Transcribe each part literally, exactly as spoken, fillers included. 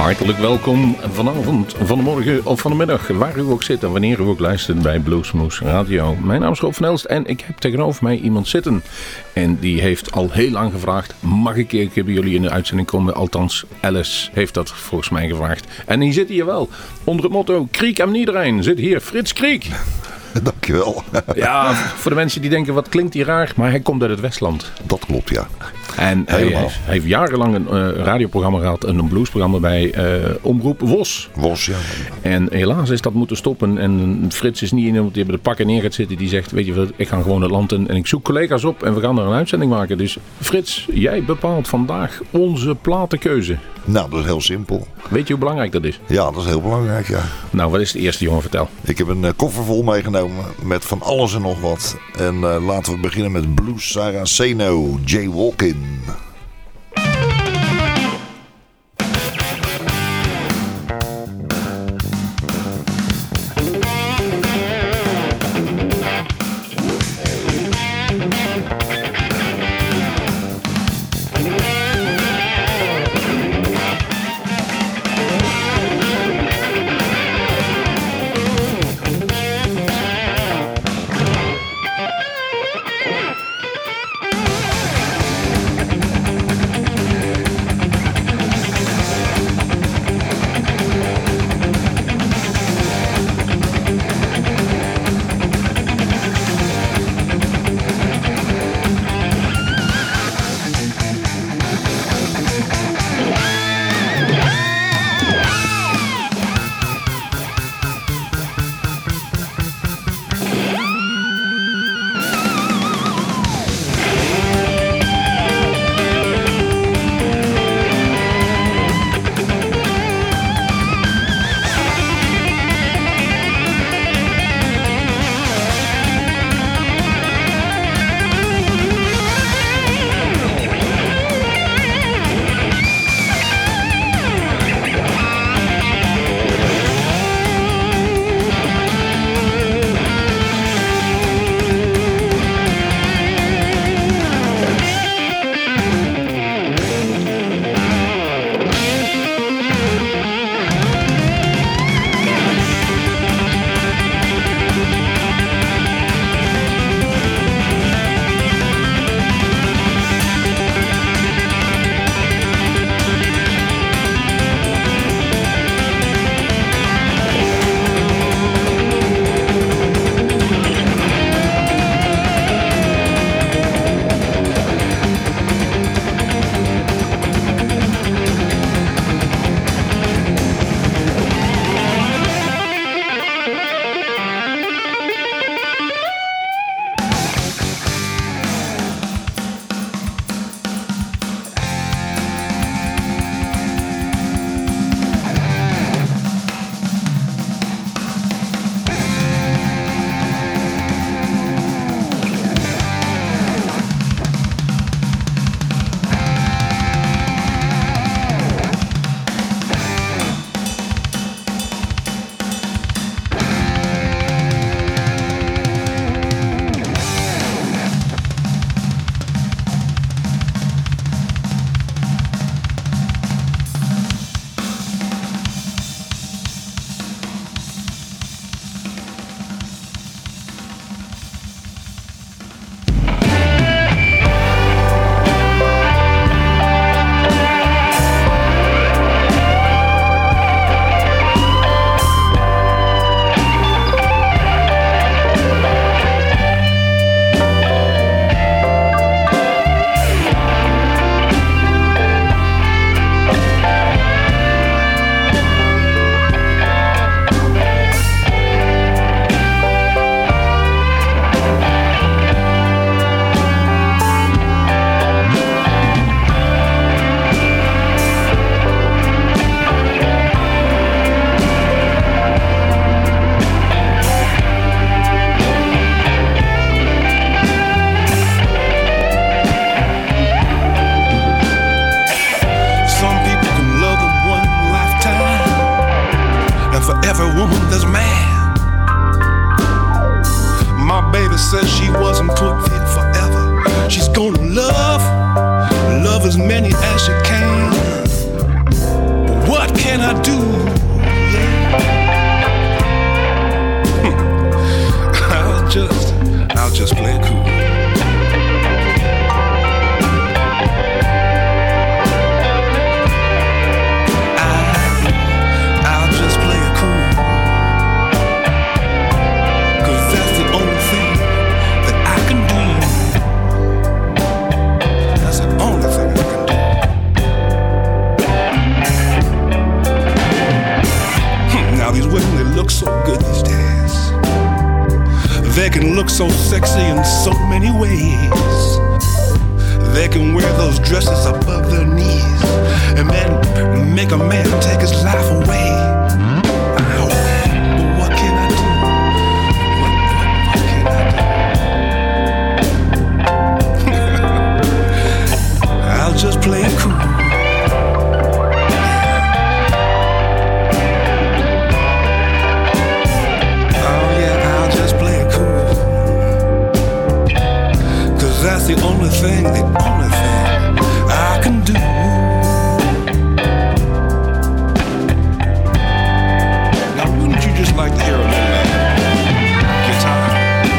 Hartelijk welkom vanavond, van de morgen of van de middag, waar u ook zit en wanneer u ook luistert bij Bluesmoose Radio. Mijn naam is Rob van Elst en ik heb tegenover mij iemand zitten. En die heeft al heel lang gevraagd, mag ik een keer bij jullie in de uitzending komen? Althans, Alice heeft dat volgens mij gevraagd. En die zit hier wel. Onder het motto, Kriek en iedereen zit hier Frits Kriek. Dankjewel. Ja, voor de mensen die denken, wat klinkt hier raar? Maar hij komt uit het Westland. Dat klopt, ja. En hij, hij heeft jarenlang een uh, radioprogramma gehad, een bluesprogramma bij uh, Omroep Wos. Wos, ja. En helaas is dat moeten stoppen. En Frits is niet iemand die bij de pakken neer gaat zitten. Die zegt, weet je wat, ik ga gewoon het land in en ik zoek collega's op en we gaan er een uitzending maken. Dus Frits, jij bepaalt vandaag onze platenkeuze. Nou, dat is heel simpel. Weet je hoe belangrijk dat is? Ja, dat is heel belangrijk, ja. Nou, wat is het eerste, jongen? Vertel. Ik heb een uh, koffer vol meegenomen met van alles en nog wat. En uh, laten we beginnen met Blues Saraceno, Jaywalkin'. said she wasn't put fit forever. She's gonna love, love as many as she can. But what can can I do? Yeah. I'll just, I'll just play it cool. Look so good these days. They can look so sexy in so many ways. They can wear those dresses above their knees and then make a man take his life away. Ow. But what can I do? What, what, what can I do? I'll just play it cool. That's the only thing, the only thing I can do. Now, wouldn't you just like to hear a little uh, guitar?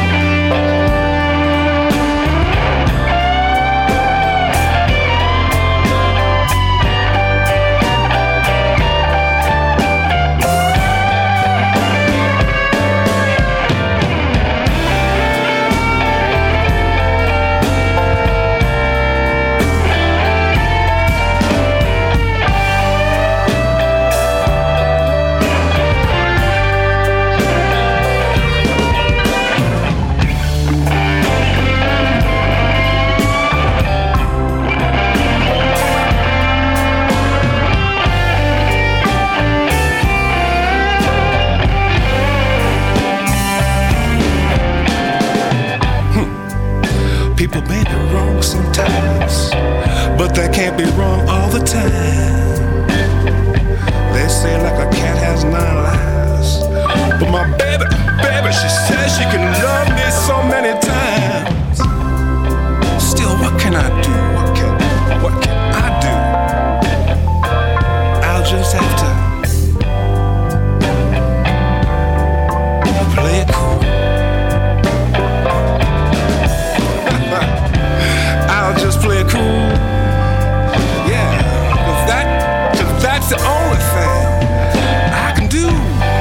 People may be wrong sometimes, but they can't be wrong all the time. They say like a cat has nine lives, but my baby, baby, she says she can love me so many times. Still, what can I do? What can, what can I do? I'll just have to play it cool. I'll just play it cool. Yeah, cause that, cause that's the only thing I can do.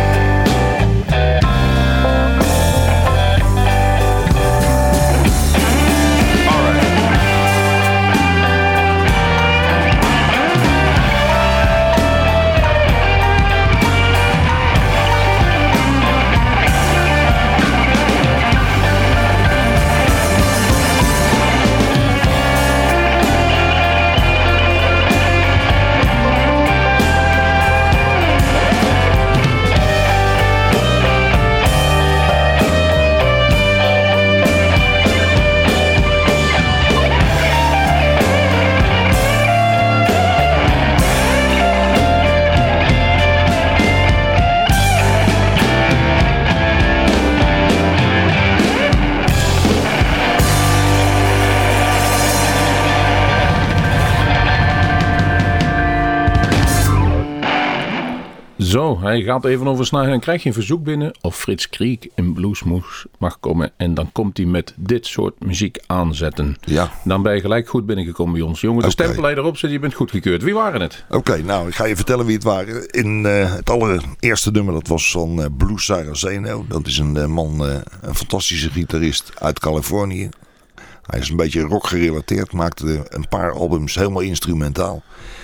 Zo, hij gaat even oversnijden en krijg je een verzoek binnen of Frits Kriek in Bluesmoes mag komen. En dan komt hij met dit soort muziek aanzetten. Ja. Dan ben je gelijk goed binnengekomen bij ons. Jongen, de okay. stempel erop zit, je bent goedgekeurd. Wie waren het? Oké, okay, nou, ik ga je vertellen wie het waren. In uh, het allereerste nummer, dat was van uh, Blues Saraceno. Dat is een uh, man, uh, een fantastische gitarist uit Californië. Hij is een beetje rock gerelateerd, maakte een paar albums helemaal instrumentaal.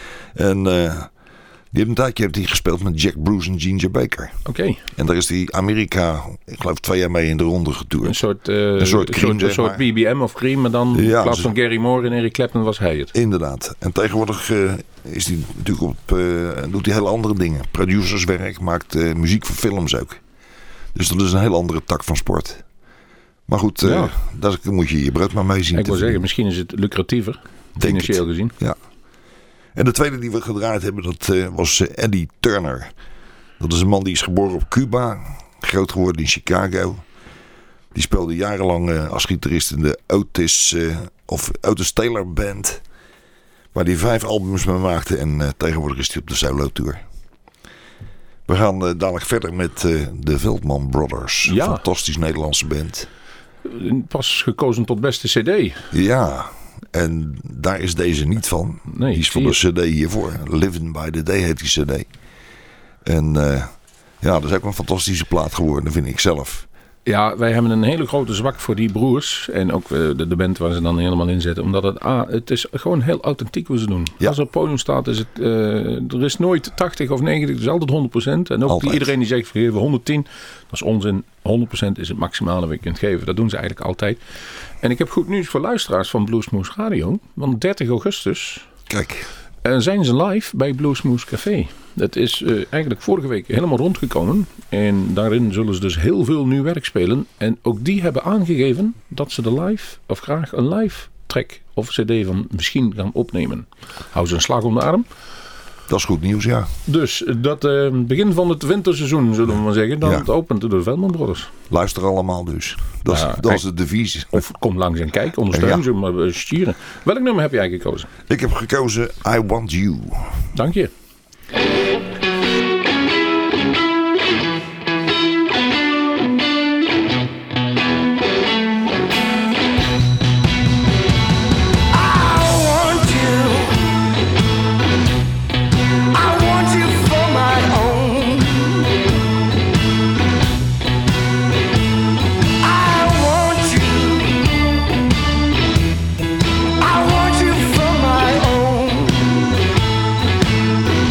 En uh, die heeft een tijdje heeft hij gespeeld met Jack Bruce en Ginger Baker. Oké. Okay. En daar is hij Amerika, ik geloof twee jaar mee in de ronde getoerd. Een soort, uh, een soort, cream, soort, zeg maar. soort B B M of Cream, maar dan ja, in plaats van Gary Moore en Eric Clapton was hij het. Inderdaad. En tegenwoordig uh, is hij natuurlijk op, uh, doet hij hele andere dingen. Producerswerk, maakt uh, muziek voor films ook. Dus dat is een heel andere tak van sport. Maar goed, uh, ja. daar moet je je brood maar mee zien. Ik wil zeggen, misschien is het lucratiever, financieel gezien. Ja. En de tweede die we gedraaid hebben, dat uh, was uh, Eddie Turner. Dat is een man die is geboren op Cuba, groot geworden in Chicago. Die speelde jarenlang uh, als gitarist in de Otis, uh, of Otis Taylor Band. Waar hij vijf albums mee maakte en uh, tegenwoordig is hij op de solo tour. We gaan uh, dadelijk verder met uh, de Veldman Brothers. Ja. Fantastisch Nederlandse band. Pas gekozen tot beste cd. Ja, en daar is deze niet van. Nee, die is van de cd hiervoor. Living by the Day heet die cd. En uh, ja, dat is ook een fantastische plaat geworden, vind ik zelf. Ja, wij hebben een hele grote zwak voor die broers. En ook de, de band waar ze dan helemaal in zitten. Omdat het, ah, het is gewoon heel authentiek wat ze doen. Ja. Als er op het podium staat, is het, uh, er is nooit tachtig of negentig, het is altijd honderd procent. En ook altijd. Iedereen die zegt, we geven honderdtien, dat is onzin. honderd procent is het maximale wat je kunt geven. Dat doen ze eigenlijk altijd. En ik heb goed nieuws voor luisteraars van Bluesmoose Radio. Want dertig augustus... Kijk... Uh, zijn ze live bij Bluesmoose Café. Dat is uh, eigenlijk vorige week helemaal rondgekomen. En daarin zullen ze dus heel veel nieuw werk spelen. En ook die hebben aangegeven dat ze de live, of graag een live track of cd van misschien gaan opnemen. Hou ze een slag om de arm. Dat is goed nieuws, ja. Dus dat uh, begin van het winterseizoen, zullen we maar zeggen. Dan ja. Het opent door de Veldman Brothers. Luister allemaal dus. Dat, ja, is, dat is de devies. Of kom langs en kijk, ondersteun ja. ze, maar uh, sturen. Welk nummer heb jij gekozen? Ik heb gekozen I Want You. Dank je. I want you for my own.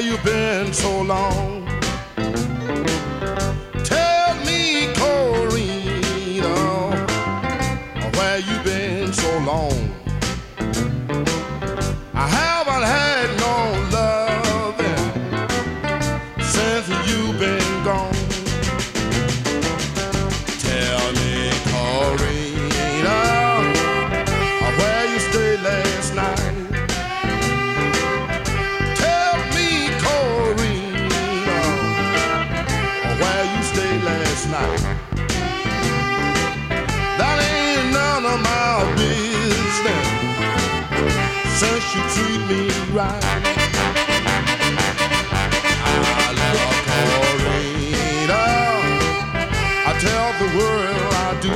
where you been so long? Tell me, Corina, where you been so long? I haven't had no loving since you've been gone. Tell me, Corina, where you stayed last night? Tell me, Corina, where you stayed last night? That ain't none of my business since you treat me right. I love Corina, I tell the world I do.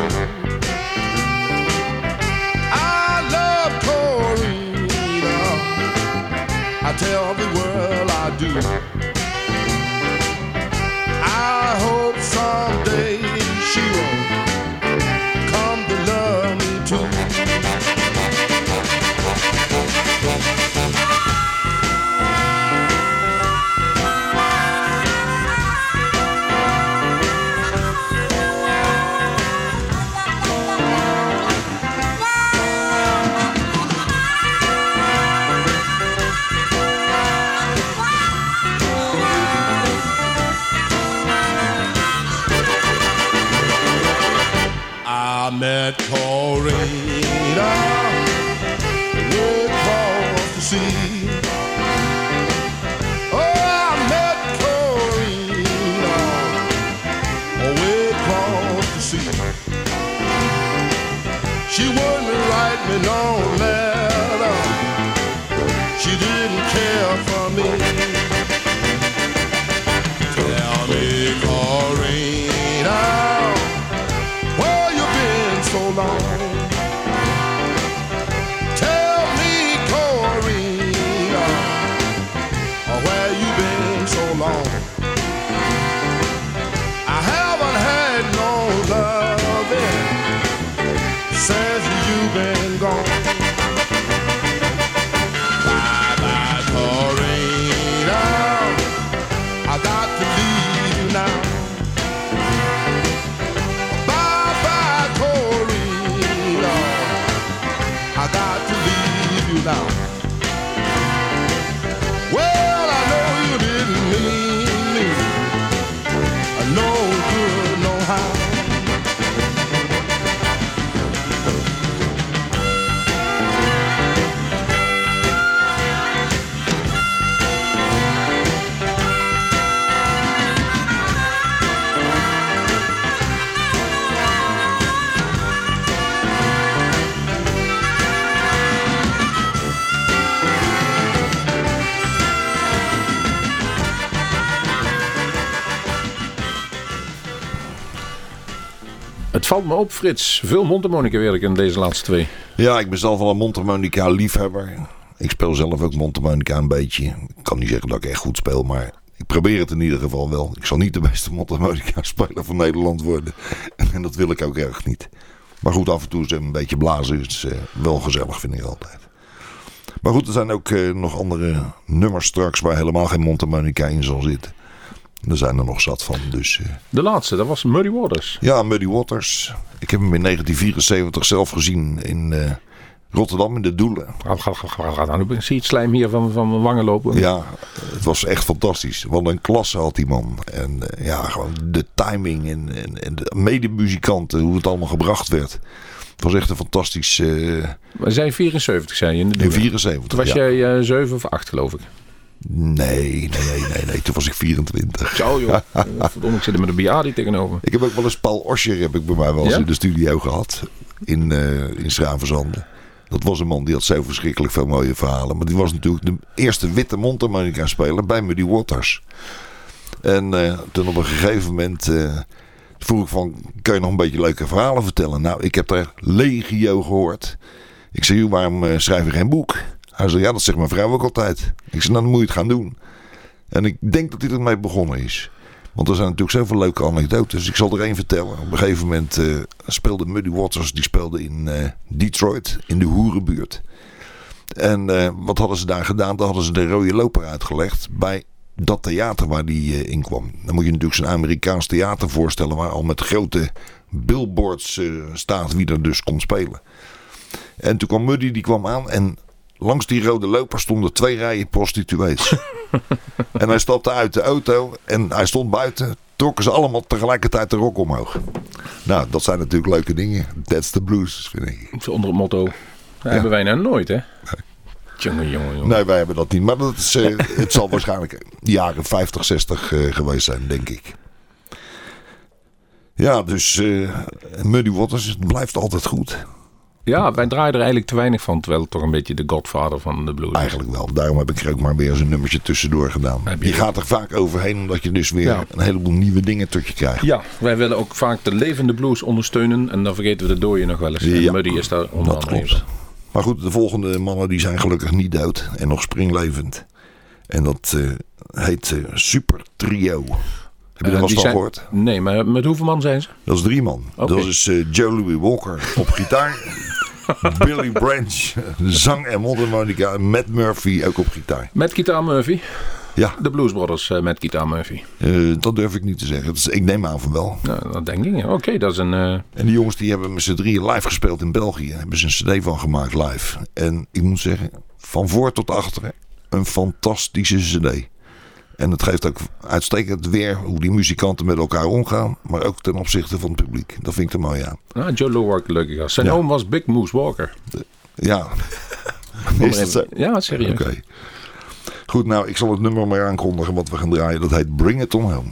I love Corina, I tell the world I do. I hope someday she will come to love me too. I met Corina way across the sea. Oh, I met Corina way across the sea. She wouldn't write me no letter. She didn't care for me. Tell me, Corina, where you been so long? Tell me, Corina, where you been so long? I haven't had no loving since you've been gone. Bye bye, Corina, I got to leave you now. I got to leave you now. Well, I know you didn't mean me no good, no how. Het valt me op, Frits. Veel mondharmonica werk in deze laatste twee. Ja, ik ben zelf wel een mondharmonica liefhebber. Ik speel zelf ook mondharmonica een beetje. Ik kan niet zeggen dat ik echt goed speel, maar ik probeer het in ieder geval wel. Ik zal niet de beste mondharmonica speler van Nederland worden. En dat wil ik ook erg niet. Maar goed, af en toe een beetje blazen is uh, wel gezellig, vind ik altijd. Maar goed, er zijn ook uh, nog andere nummers straks waar helemaal geen mondharmonica in zal zitten. Er zijn er nog zat van. Dus, uh... De laatste, dat was Muddy Waters. Ja, Muddy Waters. Ik heb hem in negentien vierenzeventig zelf gezien in uh, Rotterdam in de Doelen. Ga, ga, ga, ga, ga. Dan zie je het slijm hier van, van mijn wangen lopen. Ja, het was echt fantastisch. Wat een klasse had die man. En uh, ja, gewoon de timing en, en, en de medemuzikanten, hoe het allemaal gebracht werd. Het was echt een fantastisch... Uh... We zijn vierenzeventig, zei je in de Doelen. In vierenzeventig, Toen was ja. jij uh, zeven of acht, geloof ik. Nee, nee, nee, nee, nee. Toen was ik vierentwintig. Zo joh, verdomme, ik zit er met een bejaarde tegenover. Ik heb ook wel eens Paul Oscher heb ik bij mij wel eens ja? in de studio gehad. In, uh, in Schravenzande. Dat was een man die had zo verschrikkelijk veel mooie verhalen. Maar die was natuurlijk de eerste witte mondharmonica speler bij Muddy Waters. En uh, toen op een gegeven moment uh, vroeg ik van, kan je nog een beetje leuke verhalen vertellen? Nou, ik heb daar legio gehoord. Ik zei, joh, waarom uh, schrijf je geen boek? Hij zei, ja, dat zegt mijn vrouw ook altijd. Ik zei, nou, dan moet je het gaan doen. En ik denk dat hij ermee begonnen is. Want er zijn natuurlijk zoveel leuke anekdotes. Dus ik zal er één vertellen. Op een gegeven moment uh, speelde Muddy Waters. Die speelde in uh, Detroit. In de hoerenbuurt. En uh, wat hadden ze daar gedaan? Dan hadden ze de rode loper uitgelegd. Bij dat theater waar die uh, in kwam. Dan moet je natuurlijk zo'n Amerikaans theater voorstellen waar al met grote billboards uh, staat wie er dus kon spelen. En toen kwam Muddy, die kwam aan en langs die rode loper stonden twee rijen prostituees. En hij stapte uit de auto en hij stond buiten. Trokken ze allemaal tegelijkertijd de rok omhoog. Nou, dat zijn natuurlijk leuke dingen. That's the blues, vind ik. Onder het motto, dat ja. hebben wij nou nooit, hè? Nee. Jongen, jongen, jongen. Nee, wij hebben dat niet. Maar dat is, uh, het zal waarschijnlijk jaren vijftig, zestig uh, geweest zijn, denk ik. Ja, dus uh, Muddy Waters, het blijft altijd goed. Ja, wij draaien er eigenlijk te weinig van. Terwijl het toch een beetje de godfather van de blues is. Eigenlijk wel. Daarom heb ik er ook maar weer eens een nummertje tussendoor gedaan. Je, je gaat er vaak overheen omdat je dus weer ja. een heleboel nieuwe dingen tot je krijgt. Ja, wij willen ook vaak de levende blues ondersteunen. En dan vergeten we de dooie nog wel eens. Ja, Muddy is daar onder dat klopt. Maar goed, de volgende mannen die zijn gelukkig niet dood. En nog springlevend. En dat uh, heet uh, Super Trio. Heb je uh, er al van gehoord? Nee, maar met hoeveel man zijn ze? Dat is drie man. Okay. Dat is uh, Joe Louis Walker op gitaar. Billy Branch, zang en mondharmonica. En Matt Murphy ook op gitaar. Met Guitar Murphy? Ja. De Blues Brothers uh, met Guitar Murphy. Uh, dat durf ik niet te zeggen. Dus ik neem aan van wel. Nou, dat denk ik. Oké, okay, dat is een... Uh... En die jongens die hebben met z'n drieën live gespeeld in België. Daar hebben ze een cd van gemaakt live. En ik moet zeggen, van voor tot achter een fantastische cd. En het geeft ook uitstekend weer hoe die muzikanten met elkaar omgaan. Maar ook ten opzichte van het publiek. Dat vind ik er mooi aan. Ah, Joe Louis Walker, leuke gast. Zijn ja. oom was Big Moose Walker. De, ja. Is dat zo? Ja, serieus. Oké. Okay. Goed, nou, ik zal het nummer maar aankondigen wat we gaan draaien. Dat heet Bring It On Home.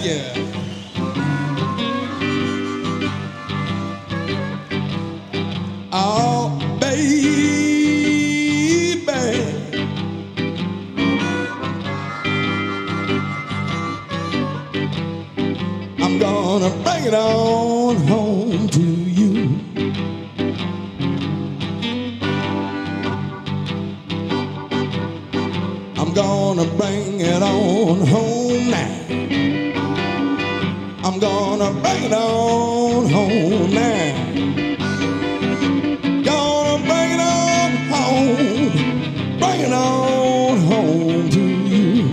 yeah. Oh, baby, I'm gonna bring it on home to you. I'm gonna bring it on home now. I'm gonna bring it on home now. Gonna bring it on home, bring it on home to you.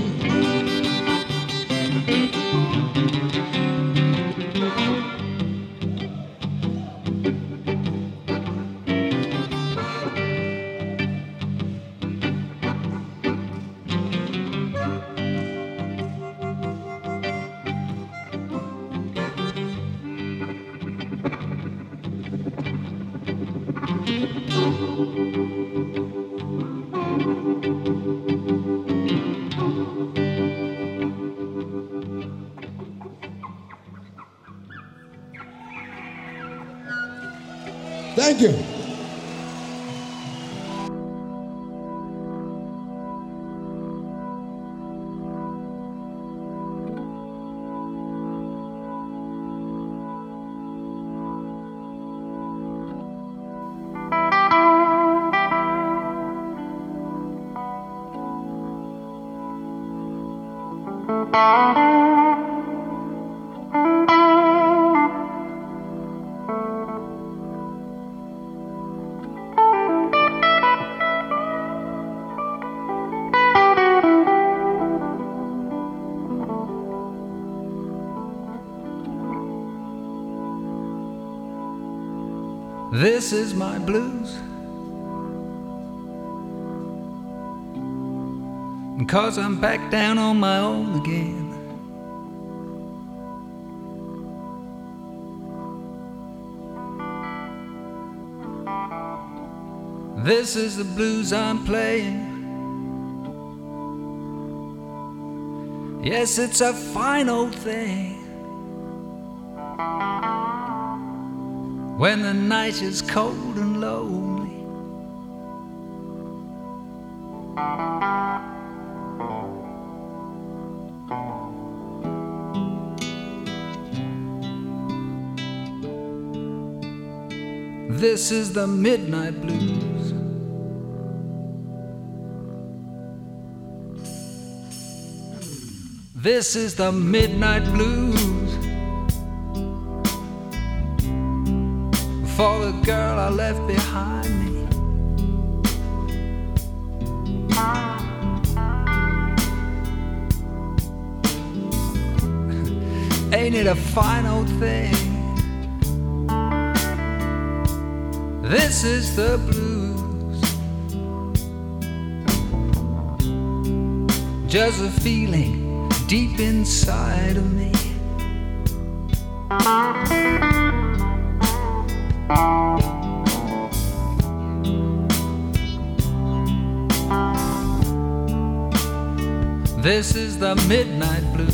Thank you. This is my blues, and 'cause I'm back down on my own again. This is the blues I'm playing. Yes, it's a fine old thing. When the night is cold and lonely, this is the midnight blues. This is the midnight blues. For the girl I left behind me. Ain't it a fine old thing? This is the blues. Just a feeling deep inside of me. This is the midnight blues.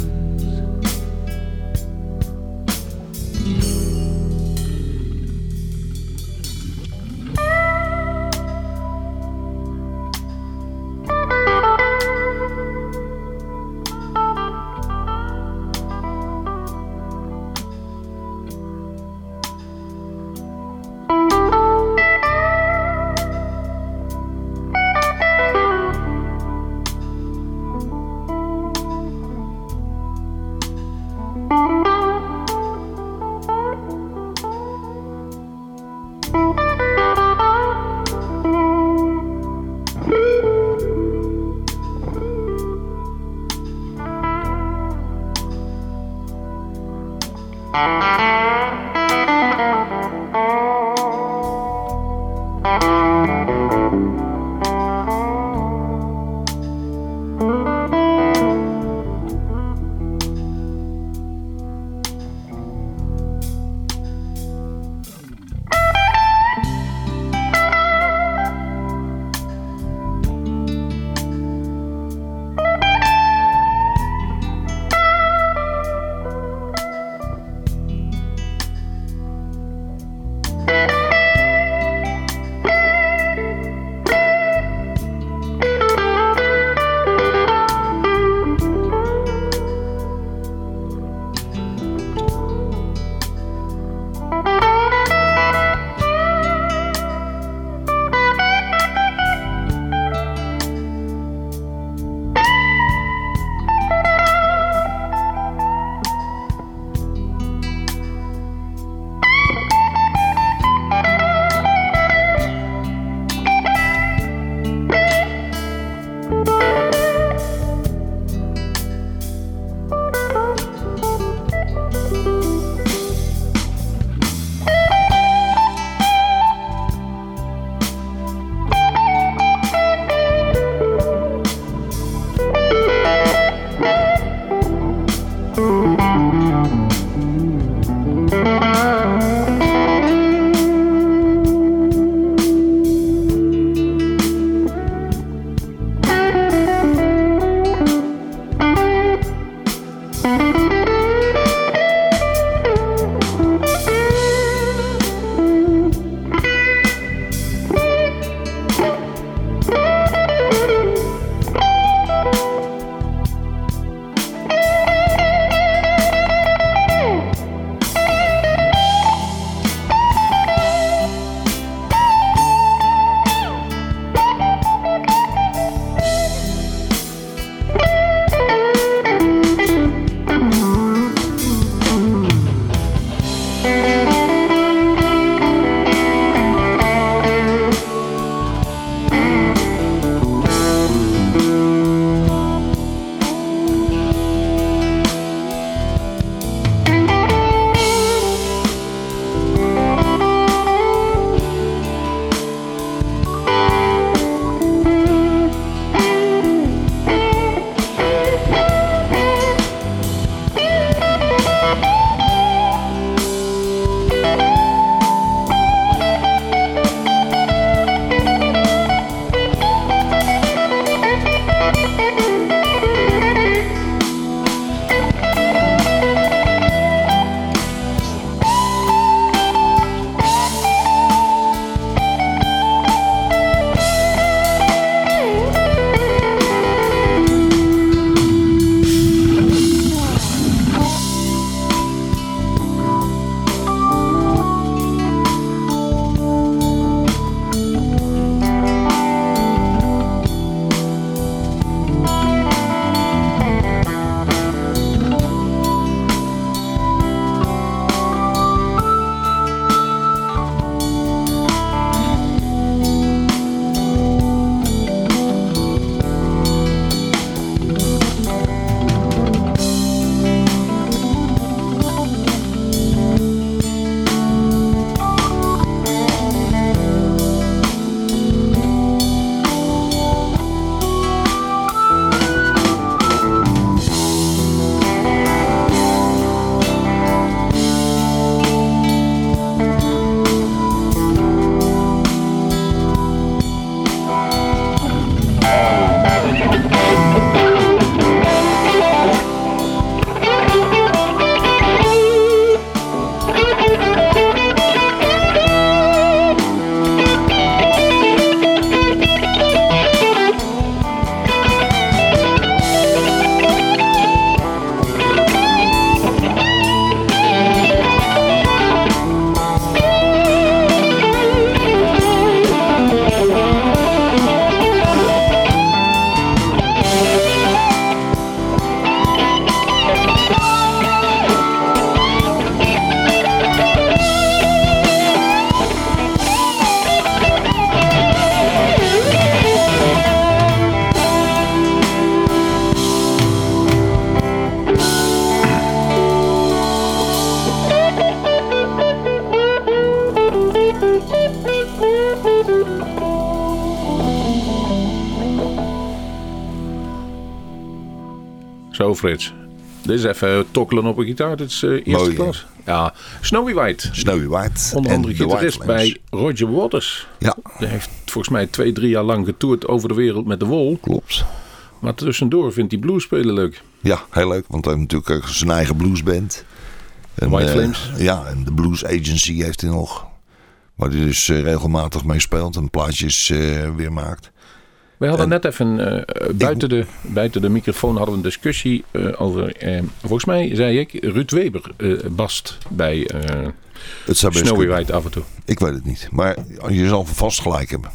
Zo, Frits. Dit is even tokkelen op een gitaar. Dit is uh, eerste Mooi, klas. Ja, Snowy White. Snowy White. Onder andere en gitarist bij Roger Waters. Ja. Die heeft volgens mij twee, drie jaar lang getoerd over de wereld met de Wall. Klopt. Maar tussendoor vindt hij blues spelen leuk. Ja, heel leuk. Want hij heeft natuurlijk ook zijn eigen bluesband. En, White uh, Flames. Ja, en de Blues Agency heeft hij nog. Waar hij dus uh, regelmatig mee speelt en plaatjes uh, weer maakt. We hadden En, net even uh, buiten, de, buiten de microfoon hadden we een discussie uh, over... Uh, volgens mij zei ik Ruud Weber uh, bast bij uh, het zou best Snowy kunnen. White af en toe. Ik weet het niet. Maar je zal vast gelijk hebben.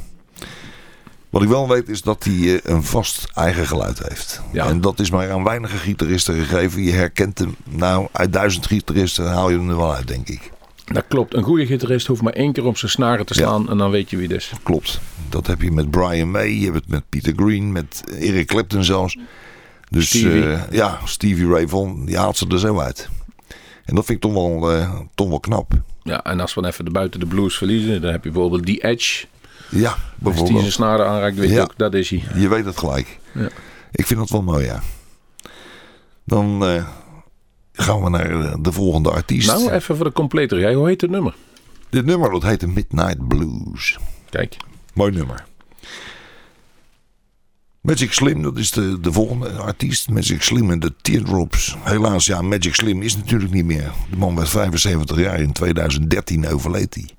Wat ik wel weet is dat hij uh, een vast eigen geluid heeft. Ja. En dat is maar aan weinige gitaristen gegeven. Je herkent hem. Nou, uit duizend gitaristen haal je hem er wel uit, denk ik. Dat klopt. Een goede gitarist hoeft maar één keer op zijn snaren te slaan. Ja. En dan weet je wie het is. Klopt. Dat heb je met Brian May. Je hebt het met Peter Green. Met Eric Clapton zelfs. Dus Stevie. Uh, ja, Stevie Ray Vaughan. Die haalt ze er zo uit. En dat vind ik toch wel, uh, toch wel knap. Ja, en als we even de buiten de blues verliezen. Dan heb je bijvoorbeeld The Edge. Ja, bijvoorbeeld. Als die zijn snaren aanraakt, weet je ja. ook, dat is hij. Je weet het gelijk. Ja. Ik vind dat wel mooi, ja. Dan uh, gaan we naar de volgende artiest. Nou, even voor de completer. Jij, hoe heet het nummer? Dit nummer, dat heet de Midnight Blues. Kijk. Mooi nummer. Magic Slim, dat is de, de volgende artiest. Magic Slim en de Teardrops. Helaas, ja, Magic Slim is natuurlijk niet meer. De man werd vijfenzeventig jaar. In tweeduizend dertien overleed hij.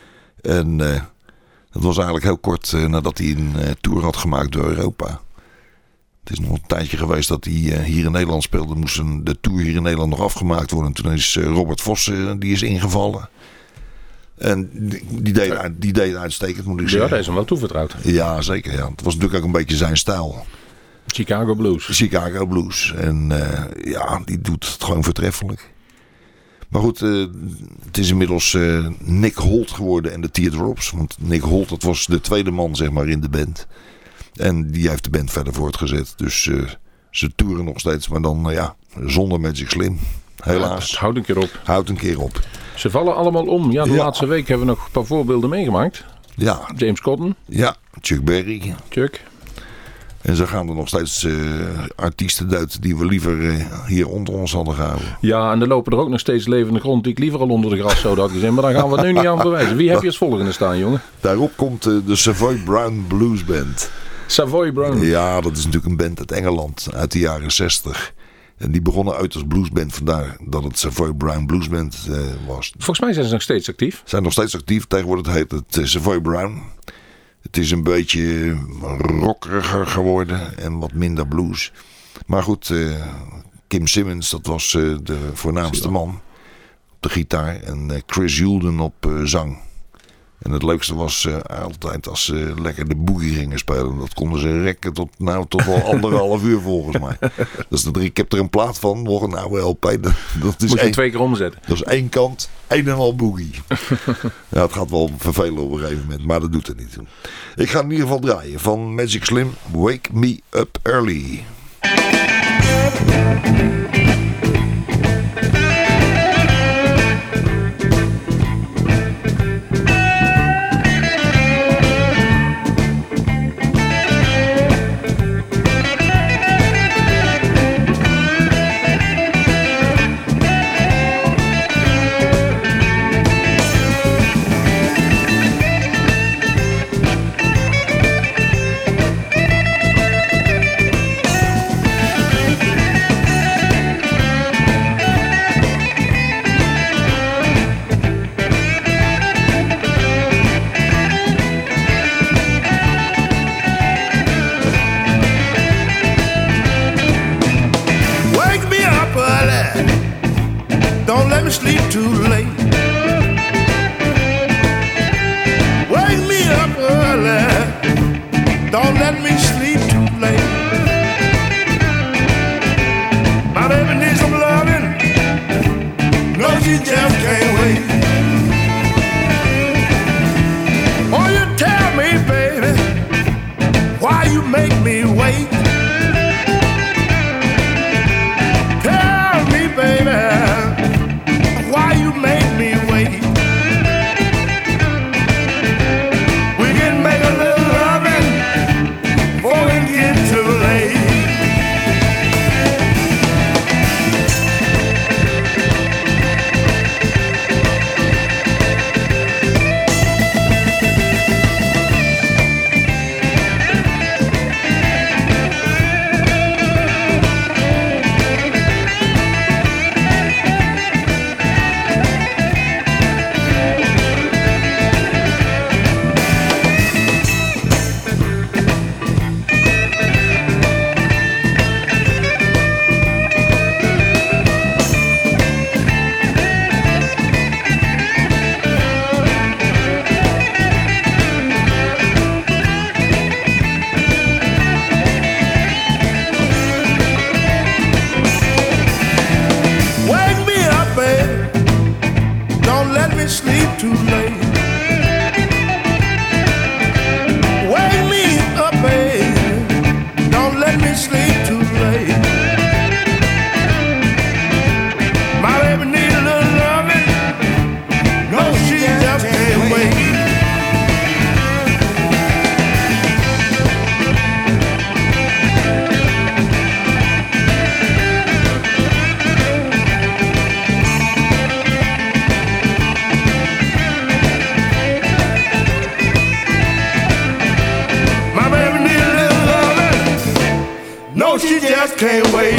En uh, dat was eigenlijk heel kort uh, nadat hij een uh, tour had gemaakt door Europa. Het is nog een tijdje geweest dat hij uh, hier in Nederland speelde. Moest een, de tour hier in Nederland nog afgemaakt worden. Toen is uh, Robert Vos uh, die is ingevallen. En die, die, deed, die deed uitstekend, moet ik zeggen. Ja, dat is hem wel toevertrouwd. Ja, zeker. Ja. Het was natuurlijk ook een beetje zijn stijl. Chicago Blues. Chicago Blues. En uh, ja, die doet het gewoon voortreffelijk. Maar goed, uh, het is inmiddels uh, Nick Holt geworden en de Teardrops. Want Nick Holt, dat was de tweede man, zeg maar, in de band. En die heeft de band verder voortgezet. Dus uh, ze toeren nog steeds, maar dan uh, ja, zonder Magic Slim. Helaas. Ja, houd een keer op. Houd een keer op. Ze vallen allemaal om. Ja, de ja. laatste week hebben we nog een paar voorbeelden meegemaakt. Ja. James Cotton. Ja, Chuck Berry. Chuck. En zo gaan er nog steeds uh, artiesten dood die we liever uh, hier onder ons hadden gehouden. Ja, en er lopen er ook nog steeds levende grond die ik liever al onder de graszoden had gezien. Maar daar gaan we het nu niet aan bewijzen. Wie heb je als volgende staan, jongen? Daarop komt uh, de Savoy Brown Blues Band. Savoy Brown. Ja, dat is natuurlijk een band uit Engeland uit de jaren zestig. En die begonnen uit als bluesband, vandaar dat het Savoy Brown Blues Band uh, was. Volgens mij zijn ze nog steeds actief. Zijn nog steeds actief. Tegenwoordig heet het uh, Savoy Brown. Het is een beetje rockeriger geworden en wat minder blues. Maar goed, uh, Kim Simmons, dat was uh, de voornaamste man op de gitaar. En uh, Chris Hulden op uh, zang. En het leukste was uh, altijd als ze lekker de boogie gingen spelen. Dat konden ze rekken tot, nou, tot wel anderhalf uur volgens mij. Dat is de drie. Ik heb er een plaat van, nog een oude L P. Dat, dat is Moet je één, twee keer omzetten. Dat is één kant, één en al boogie. Ja, het gaat wel vervelen op een gegeven moment, maar dat doet er niet toe. Ik ga in ieder geval draaien van Magic Slim, Wake Me Up Early. Sleep too late. Wake me up early. Don't let me sleep too late. My baby needs some loving. No, she just can't wait. Oh, you tell me, baby, why you make me wait? Tell me, baby, why you make me wait? We can make a little loving before it gets too late. Sleep too late. Wake me up, baby. Don't let me sleep too late. My baby needs a little loving. No, she just can't wait. just can't wait.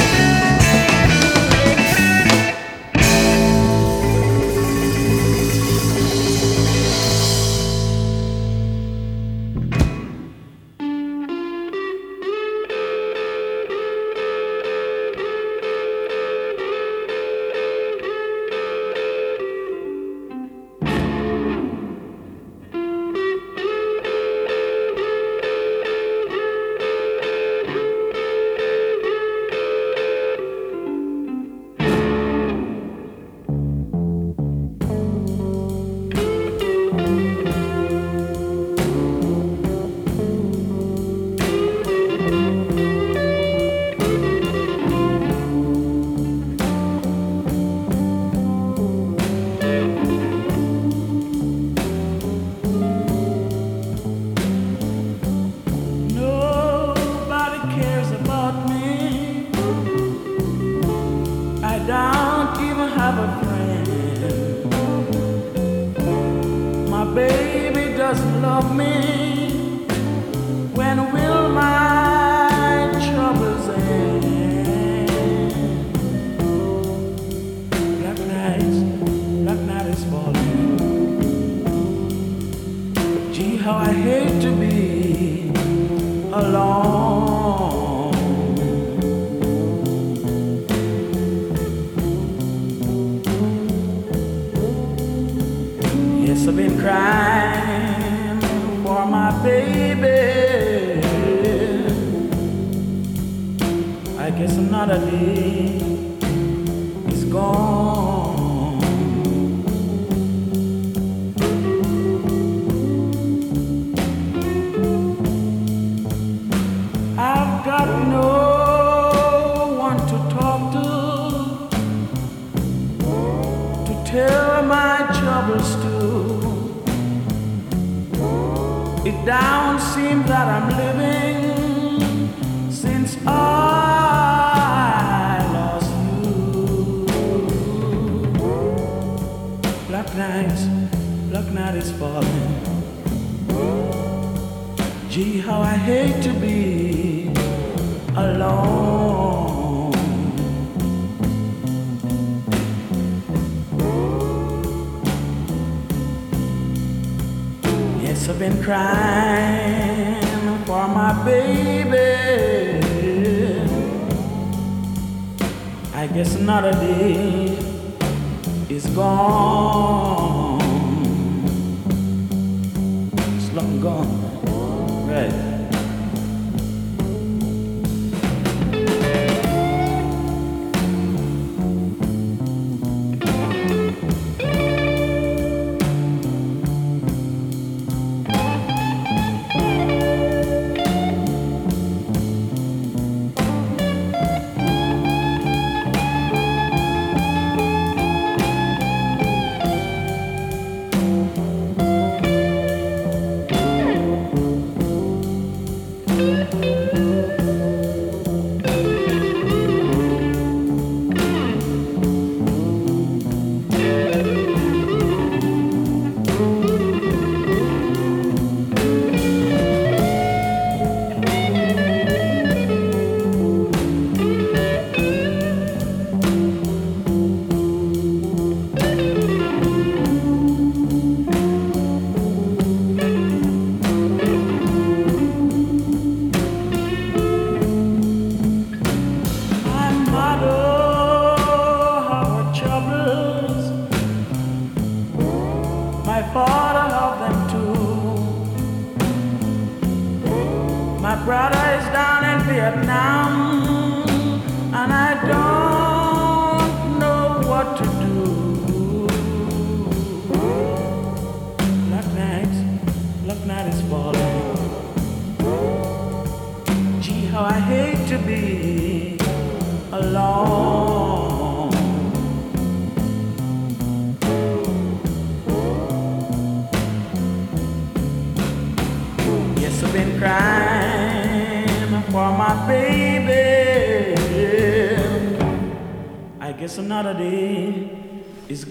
Guess another day is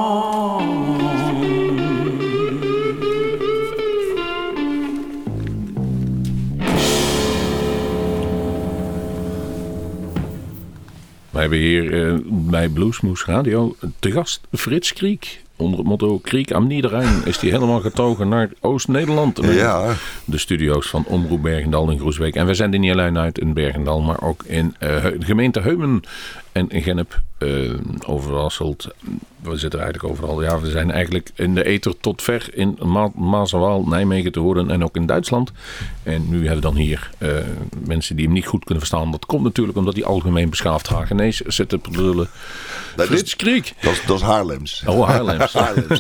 gone. hebben hier uh, bij Bluesmoes Radio te gast Frits Kriek. Onder het motto Kriek am Niederrhein is hij helemaal getogen naar Oost-Nederland. Ja. De studio's van Omroep Bergendal in Groesbeek. En we zenden niet alleen uit in Bergendal, maar ook in uh, de gemeente Heumen en in Gennep, uh, Overasselt. We zitten eigenlijk overal. Ja, we zijn eigenlijk in de ether tot ver in Ma- Maas en Waal, Nijmegen te horen en ook in Duitsland. En nu hebben we dan hier uh, mensen die hem niet goed kunnen verstaan. Dat komt natuurlijk omdat die algemeen beschaafd Hagenees zitten te brullen. Dat Frits is, Kriek. Dat is, dat is Haarlems. Oh, Haarlems. Haarlems.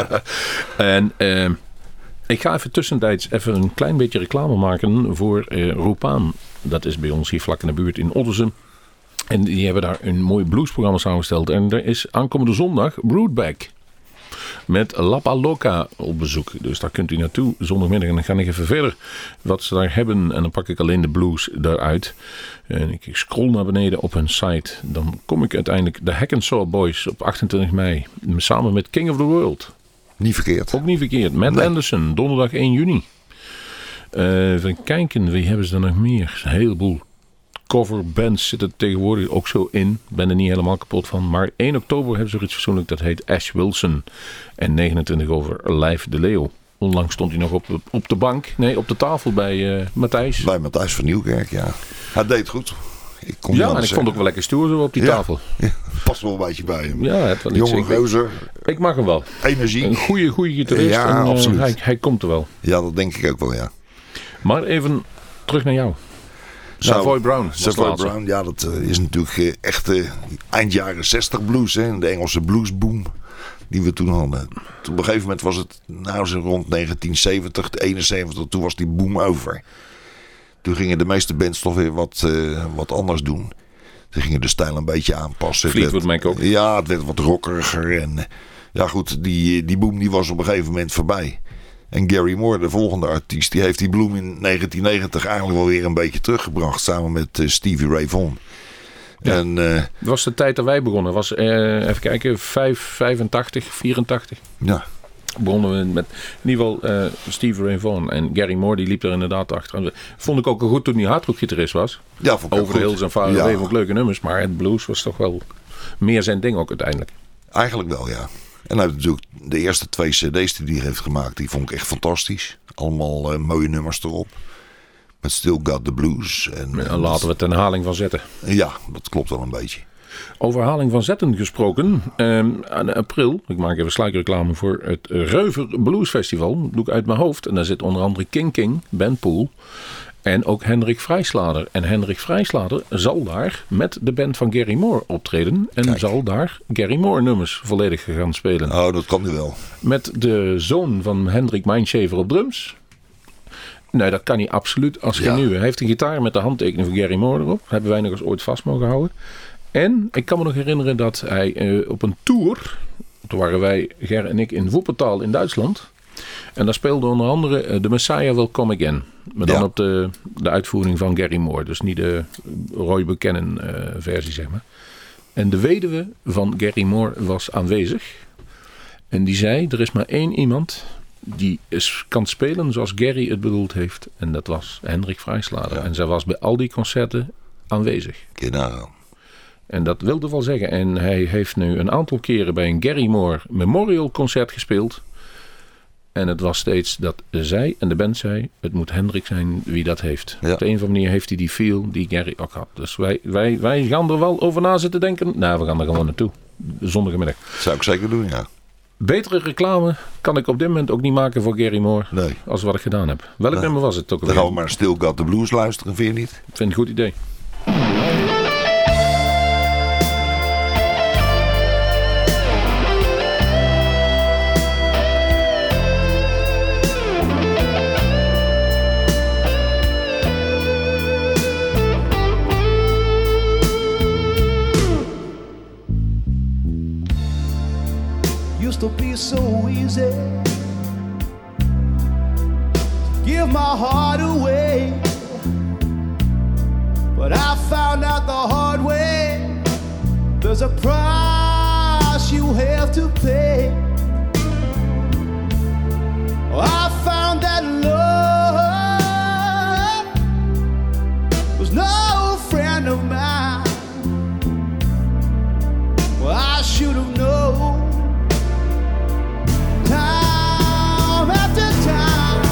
En uh, ik ga even tussentijds even een klein beetje reclame maken voor uh, Roepaan. Dat is bij ons hier vlak in de buurt in Oddersum. En die hebben daar een mooi bluesprogramma samengesteld. En er is aankomende zondag Broodback met Lapa Loca op bezoek. Dus daar kunt u naartoe zondagmiddag. En dan ga ik even verder wat ze daar hebben. En dan pak ik alleen de blues daaruit. En ik scroll naar beneden op hun site. Dan kom ik uiteindelijk de Hack and Saw Boys op achtentwintig mei. Samen met King of the World. Niet verkeerd. Ook niet verkeerd. Matt Nee. Anderson, donderdag één juni. Uh, even kijken, wie hebben ze er nog meer? Een heleboel coverbands zitten er tegenwoordig ook zo in. Ik ben er niet helemaal kapot van. Maar één oktober hebben ze er iets fatsoenlijk. Dat heet Ash Wilson. En negenentwintig over Lijf de Leeuw. Onlangs stond hij nog op, op de bank. Nee, op de tafel bij uh, Matthijs. Bij Matthijs van Nieuwkerk, ja. Hij deed goed. Ik kon ja, en ik vond het ook wel lekker stoer zo op die ja, tafel. Ja, past wel een beetje bij hem. Ja, het wel iets. Jonge gozer. Ik mag hem wel. Energie. Een goede, goede gitarist. Ja, en, uh, absoluut. Hij, hij komt er wel. Ja, dat denk ik ook wel, ja. Maar even terug naar jou. Savoy nou, Brown. was Savoy laatste. Brown, ja, dat uh, is natuurlijk uh, echt uh, eind jaren zestig blues, hè, de Engelse bluesboom die we toen hadden. Toen op een gegeven moment was het, nou zo rond negentien zeventig, eenenzeventig, toen was die boom over. Toen gingen de meeste bands toch weer wat, uh, wat anders doen. Ze gingen de stijl een beetje aanpassen. Fleetwood Mac ook. Ja, het werd wat rockeriger. En uh, ja goed, die, die boom die was op een gegeven moment voorbij. En Gary Moore, de volgende artiest, die heeft die bloem in negentien negentig eigenlijk wel weer een beetje teruggebracht. Samen met uh, Stevie Ray Vaughan. Ja. En, uh, Dat was de tijd dat wij begonnen. Was, uh, even kijken, vijf, vijfentachtig, vierentachtig. ja, Begonnen we met in ieder geval uh, Stevie Ray Vaughan. En Gary Moore die liep er inderdaad achter. En vond ik ook al goed toen hij hardrockgitarist was. ja vond ik ook Over de goed. Hills en Far Ja. Away vond ik leuke nummers. Maar het blues was toch wel meer zijn ding ook uiteindelijk. Eigenlijk wel, ja. En hij heeft natuurlijk de eerste twee cd's die hij heeft gemaakt, die vond ik echt fantastisch. Allemaal uh, mooie nummers erop. Met Still Got the Blues. En, En laten we het een herhaling van zetten. Ja, dat klopt wel een beetje. Over herhaling van zetten gesproken. Um, in april, ik maak even sluikreclame voor het Reuver Blues Festival. Dat doe ik uit mijn hoofd. En daar zit onder andere King King, Ben Poel. En ook Hendrik Vrijslader. En Hendrik Vrijslader zal daar met de band van Gary Moore optreden. En Kijk. zal daar Gary Moore nummers volledig gaan spelen. Oh, dat kan nu wel. Met de zoon van Hendrik Mindshaver op drums. Nee, dat kan hij absoluut als geen Ja. nieuwe. Hij heeft een gitaar met de handtekening van Gary Moore erop. Dat hebben wij nog eens ooit vast mogen houden. En ik kan me nog herinneren dat hij uh, op een tour... Toen waren wij, Ger en ik, in Wuppertal in Duitsland. En daar speelde onder andere uh, The Messiah Will Come Again. Maar dan Ja. op de, de uitvoering van Gary Moore. Dus niet de Roy Buchanan uh, versie, zeg maar. En de weduwe van Gary Moore was aanwezig. En die zei, er is maar één iemand die is, kan spelen zoals Gary het bedoeld heeft. En dat was Hendrik Vrijslader. Ja. En zij was bij al die concerten aanwezig. Kun je nagaan. En dat wilde wel zeggen. En hij heeft nu een aantal keren bij een Gary Moore Memorial concert gespeeld. En het was steeds dat zij en de band zei, het moet Hendrik zijn wie dat heeft. Ja. Op de een of andere manier heeft hij die feel die Gary ook had. Dus wij, wij, wij gaan er wel over na zitten denken. Nou, we gaan er gewoon naartoe. Zondagmiddag. Zou ik zeker doen, ja. Betere reclame kan ik op dit moment ook niet maken voor Gary Moore Nee. als wat ik gedaan heb. Welk Nee. nummer was het ook Dan gaan we alweer? maar Still Got the Blues luisteren, vind je niet? Ik vind het een goed idee. Used to be so easy to give my heart away, but I found out the hard way there's a price you have to pay. I found that love was no friend of mine. should have known. Time after time,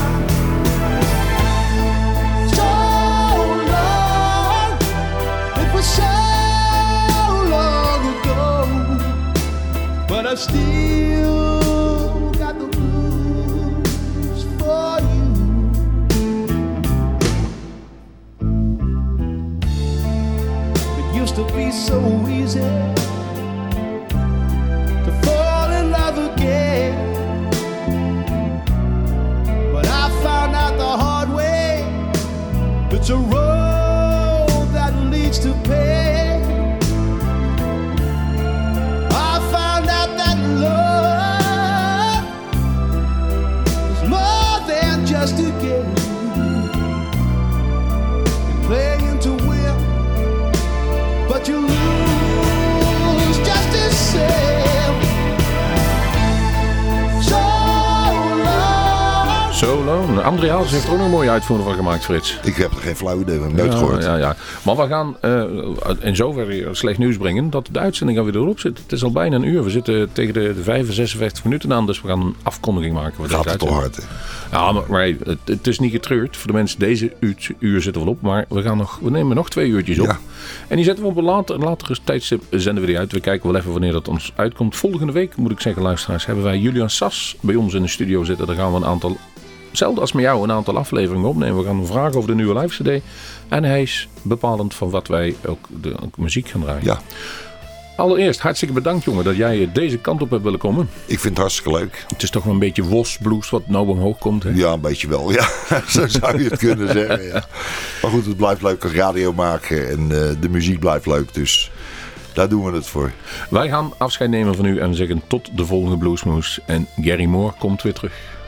so long, it was so long ago, but I still got the blues for you. It used to be so easy to fall in love again, but I found out the hard way. It's a road that leads to pain. I found out that love is more than just a game, playing to win, but you lose just the same. So long. So long. André Hazes heeft er ook nog een mooie uitvoering van gemaakt, Frits. Ik heb er geen flauw idee van, nooit Ja, gehoord. ja, ja. Maar we gaan uh, in zoverre slecht nieuws brengen dat de uitzending alweer erop zit. Het is al bijna een uur. We zitten tegen de, de vijfenzeventig, zesenvijftig minuten aan, dus we gaan een afkondiging maken. Voor Gaat deze het toch uitzending. hard, hè? Ja, maar, maar hey, het, het is niet getreurd. Voor de mensen, deze uur, uur zitten wel op. Maar we, gaan nog, we nemen nog twee uurtjes op. Ja. En die zetten we op een later, latere tijdstip, zenden we die uit. We kijken wel even wanneer dat ons uitkomt. Volgende week, moet ik zeggen, luisteraars, hebben wij Julian Sas bij ons in de studio zitten. Daar gaan we een aantal, hetzelfde als met jou, een aantal afleveringen opnemen. We gaan hem vragen over de nieuwe live cd. En hij is bepalend van wat wij ook de ook muziek gaan draaien. Ja, Allereerst, hartstikke bedankt, jongen, dat jij deze kant op hebt willen komen. ik vind het hartstikke leuk. Het is toch wel een beetje Wos blues wat nou omhoog komt, hè? Ja, een beetje wel. Ja, zo zou je het kunnen zeggen. Ja. Maar goed, het blijft leuk radio maken en uh, de muziek blijft leuk. Dus daar doen we het voor. Wij gaan afscheid nemen van u en zeggen tot de volgende Bluesmoose. En Gary Moore komt weer terug.